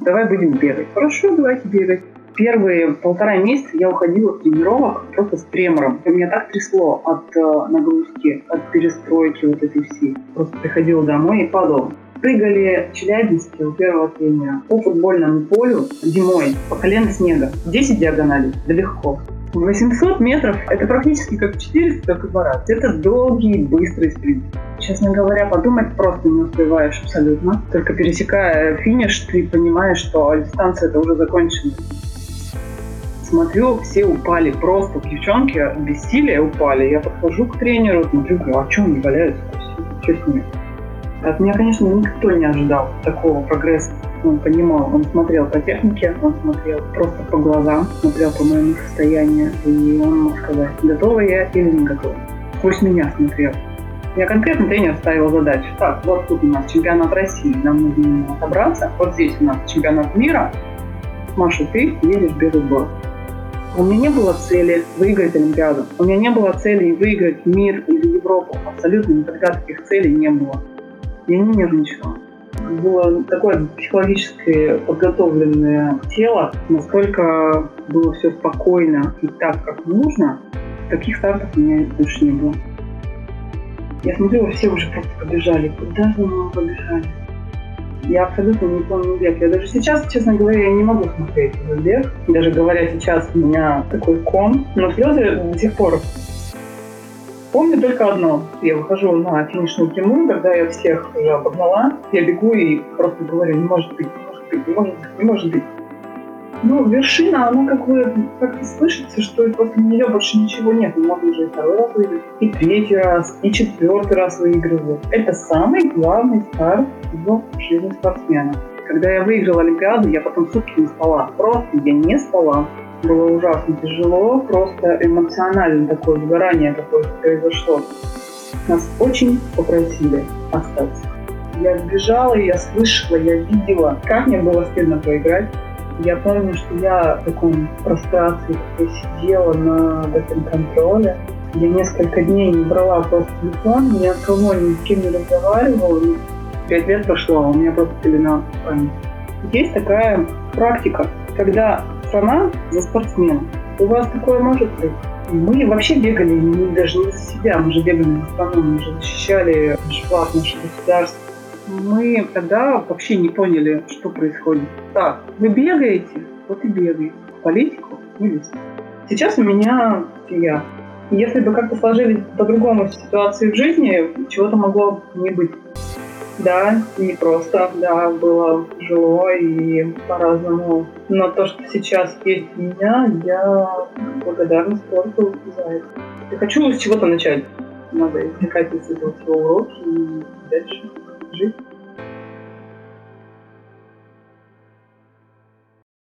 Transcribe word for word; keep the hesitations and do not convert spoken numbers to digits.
давай будем бегать. Хорошо, давайте бегать. Первые полтора месяца я уходила в тренировок просто с тремором. И меня так трясло от э, нагрузки, от перестройки вот этой всей. Просто приходила домой и падала. Прыгали в Челябинске у первого тренера по футбольному полю зимой по колено снега. десять диагоналей, да легко. восемьсот метров — это практически как четыреста, только два раза. Это долгий, быстрый спринт. Честно говоря, подумать просто не успеваешь абсолютно. Только пересекая финиш, ты понимаешь, что дистанция это уже закончена. Смотрю, все упали, просто девчонки от бессилия упали. Я подхожу к тренеру, смотрю, говорю, а что они валяются? Что с ними? От меня, конечно, никто не ожидал такого прогресса. Он понимал, он смотрел по технике, он смотрел просто по глазам, смотрел по моему состоянию, и он мог сказать, готова я или не готова. Сквозь меня смотрел. Я конкретно тренер ставил задачу. Так, вот тут у нас чемпионат России, нам нужно собраться. Вот здесь у нас чемпионат мира. Маша, ты едешь в белый сбор. У меня не было цели выиграть Олимпиаду. У меня не было цели выиграть мир или Европу. Абсолютно никогда таких целей не было. Я не нервничала. Было такое психологически подготовленное тело. Настолько было все спокойно и так, как нужно. Таких стартов у меня больше не было. Я смотрела, все уже просто побежали. Куда же мы побежали? Я абсолютно не помню бег. Я даже сейчас, честно говоря, я не могу смотреть этот бег. Даже говоря сейчас, у меня такой ком. Но слезы до сих пор. Помню только одно. Я выхожу на финишную прямую, когда я всех уже обогнала. Я бегу и просто говорю, не может быть, не может быть, не может быть, не может быть. Ну, вершина, она как бы как-то слышится, что после нее больше ничего нет. Можно уже и второй раз выиграть, и третий раз, и четвертый раз выигрывать. Это самый главный старт в жизни спортсмена. Когда я выиграла Олимпиаду, я потом сутки не спала. Просто я не спала. Было ужасно тяжело, просто эмоционально такое выгорание какое-то произошло. Нас очень попросили остаться. Я сбежала, я слышала, я видела, как мне было стыдно поиграть. Я помню, что я в таком прострации такой сидела на этом контроле. Я несколько дней не брала просто телефон, ни от кого, ни с кем не разговаривала. Пять лет прошло, а у меня просто пелена памяти. Есть такая практика, когда страна за спортсменом. У вас такое может быть? Мы вообще бегали не, даже не за себя, мы же бегали за страну, мы же защищали наш флаг, наше государство. Мы тогда вообще не поняли, что происходит. Так, вы бегаете, вот и бегаете. Политику не лезьте. Сейчас у меня семья. Если бы как-то сложились по-другому ситуации в жизни, чего-то могло не быть. Да, непросто, да, было тяжело и по-разному. Но то, что сейчас есть у меня, я благодарна спорту за это. Я хочу с чего-то начать. Надо извлекать из этого всего уроки и дальше жить.